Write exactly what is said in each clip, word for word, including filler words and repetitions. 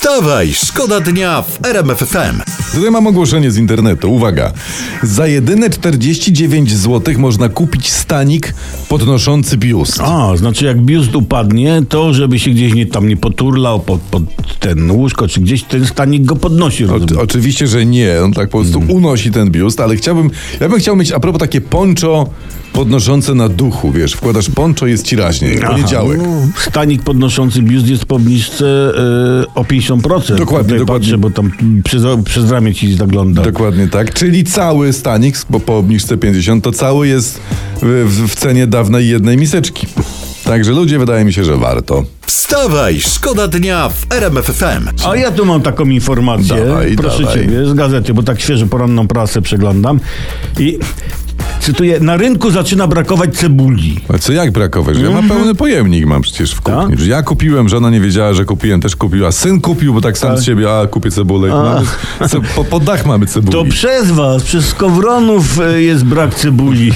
Wstawaj, szkoda dnia w R M F F M. Tutaj mam ogłoszenie z internetu. Uwaga. Za jedyne czterdzieści dziewięć złotych można kupić stanik podnoszący biust. A, znaczy jak biust upadnie, to żeby się gdzieś nie, tam nie poturlał pod, pod ten łóżko, czy gdzieś ten stanik go podnosi. O, oczywiście, że nie. On tak po prostu mm. unosi ten biust, ale chciałbym, ja bym chciał mieć a propos takie poncho podnoszące na duchu, wiesz, wkładasz poncho, jest ci raźniej. Poniedziałek. No, stanik podnoszący biust jest po obniżce yy, o pięćdziesiąt procent. Dokładnie, Tutaj dokładnie. Patrzę, bo tam przez, przez ramię ci zagląda. Dokładnie tak. Czyli cały stanik, bo po obniżce pięćdziesiąt, to cały jest w, w cenie dawnej jednej miseczki. Także ludzie, wydaje mi się, że warto. Wstawaj, szkoda dnia w R M F F M. A ja tu mam taką informację, Dawaj, proszę dawaj. ciebie, z gazety, bo tak świeżo poranną prasę przeglądam i cytuję, na rynku zaczyna brakować cebuli. A co jak brakować? Ja mam pełny pojemnik, mam przecież w kuchni. Tak? Ja kupiłem, żona nie wiedziała, że kupiłem, też kupiła. Syn kupił, bo tak sam Tak. z siebie, a kupię cebulę. Mamy, ce, po, po dach mamy cebuli. To przez was, przez Skowronów e, jest brak cebuli.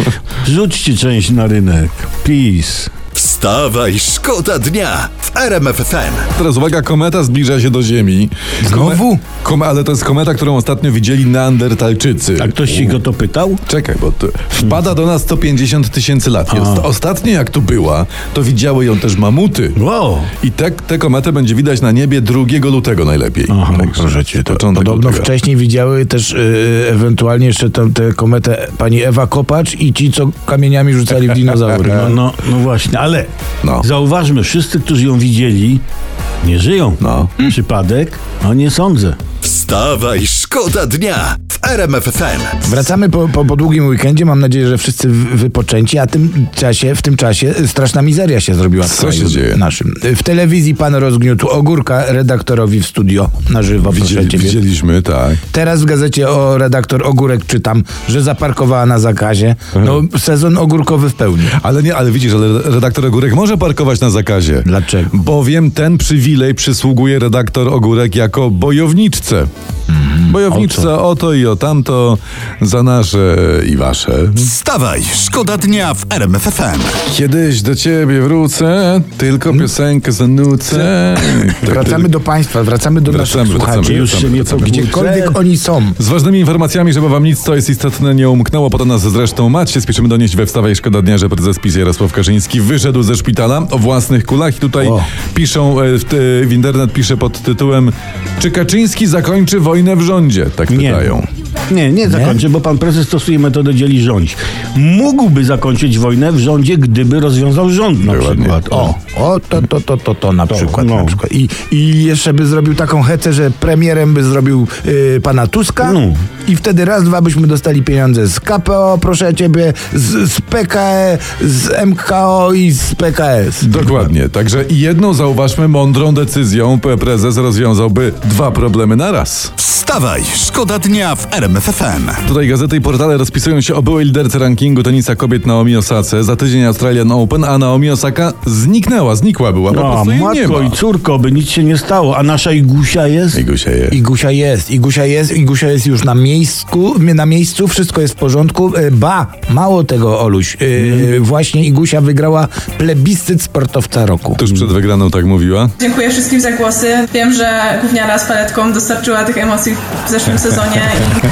Rzućcie część na rynek. Peace. Wstawaj, szkoda dnia w R M F F M. Teraz uwaga, kometa zbliża się do Ziemi. Znowu? Kome, ale to jest kometa, którą ostatnio widzieli Neandertalczycy. A ktoś ci go to pytał? Czekaj, bo to wpada do nas sto pięćdziesiąt tysięcy lat. I ost- ostatnio jak tu była, to widziały ją też mamuty. Wow. I te, tę kometę będzie widać na niebie drugiego lutego najlepiej. Aha, Także proszę cię, to początek Podobno lutego. wcześniej widziały też yy, ewentualnie jeszcze tam tę kometę pani Ewa Kopacz i ci, co kamieniami rzucali w dinozaury. No, no, no właśnie, ale No. zauważmy, wszyscy, którzy ją widzieli, nie żyją. No. Przypadek? No nie sądzę. Wstawaj, szkoda dnia w R M F F M. Wracamy po, po, po długim weekendzie. Mam nadzieję, że wszyscy w- wypoczęci, a tym czasie, w tym czasie straszna mizeria się zrobiła. w Co kraju się dzieje? Naszym. W telewizji pan rozgniótł ogórka redaktorowi w studio na żywo, proszę Widzieli, ciebie. widzieliśmy, tak. Teraz w gazecie o redaktor Ogórek czytam, że zaparkowała na zakazie. No, sezon ogórkowy w pełni. Ale nie, ale widzisz, ale redaktor Ogórek może parkować na zakazie. Dlaczego? Bowiem ten przywilej przysługuje redaktor Ogórek jako bojowniczce. Bojowniczce o to i o tamto, za nasze i wasze. Wstawaj, szkoda dnia w R M F F M. Kiedyś do ciebie wrócę, tylko piosenkę zanucę. Wracamy do państwa, wracamy do Wracamy, naszych wracamy, słuchaczy. Już się wracamy, nie wracamy. pogdzie- Gdziekolwiek oni są. Z ważnymi informacjami, żeby wam nic, co jest istotne, nie umknęło. Po to nas zresztą macie. Spieszymy donieść we Wstawaj Szkoda Dnia, że prezes PiS Jarosław Kaczyński wyszedł ze szpitala o własnych kulach. I tutaj O. piszą, e, w, te- w internet pisze pod tytułem: czy Kaczyński zakończy wojnę w rządzie? Tak Nie. pytają. Nie, nie zakończy, bo pan prezes stosuje metodę dzieli rządź. Mógłby zakończyć wojnę w rządzie, gdyby rozwiązał rząd na Dokładnie. przykład. O, o, to, to, to, to, to na przykład. no. Na przykład. I, I jeszcze by zrobił taką hecę, że premierem by zrobił y, pana Tuska No. i wtedy raz, dwa byśmy dostali pieniądze z K P O, proszę ciebie, z, z P K E, z M K O i z P K S. Dokładnie. Także i jedną, zauważmy, mądrą decyzją p- prezes rozwiązałby dwa problemy naraz. Wstawaj, szkoda dnia w R M F F M. Tutaj gazety i portale rozpisują się o byłej liderce rankingu tenisa kobiet Naomi Osace. Za tydzień Australian Open, a Naomi Osaka zniknęła, znikła była, po No, prostu jej nie matko ma. i córko, by nic się nie stało. A nasza Igusia jest? Igusia je. Igusia jest, Igusia jest, Igusia jest już na miejscu, na miejscu, wszystko jest w porządku. E, Ba, mało tego, Oluś, e, właśnie Igusia wygrała plebiscyt sportowca roku. Tuż przed wygraną tak mówiła. Dziękuję wszystkim za głosy. Wiem, że gówniara z paletką dostarczyła tych emocji w zeszłym sezonie.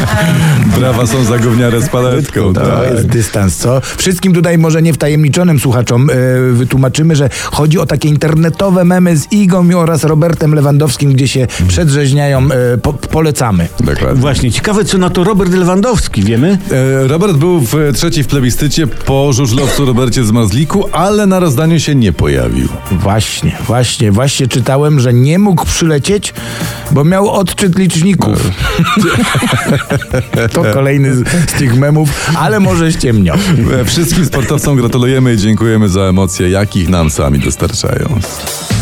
I, e, Brawa są za gówniarę z paletką. To Tak. jest dystans, co? Wszystkim tutaj może niewtajemniczonym słuchaczom e, wytłumaczymy, że chodzi o takie internetowe memy z Igą oraz Robertem Lewandowskim, gdzie się przedrzeźniają, e, po, polecamy. Dokładnie. Właśnie, ciekawe co na to Robert Lewandowski, wiemy? E, Robert był w trzeci w plebiscycie po żużlowcu Robercie z Mazliku, ale na rozdaniu się nie pojawił. Właśnie, właśnie, właśnie czytałem, że nie mógł przylecieć, bo miał odczyt liczników. To kolejny z, z tych memów, ale może ściemniał. E, Wszystkim sportowcom gratulujemy i dziękujemy za emocje, jakich nam sami dostarczają.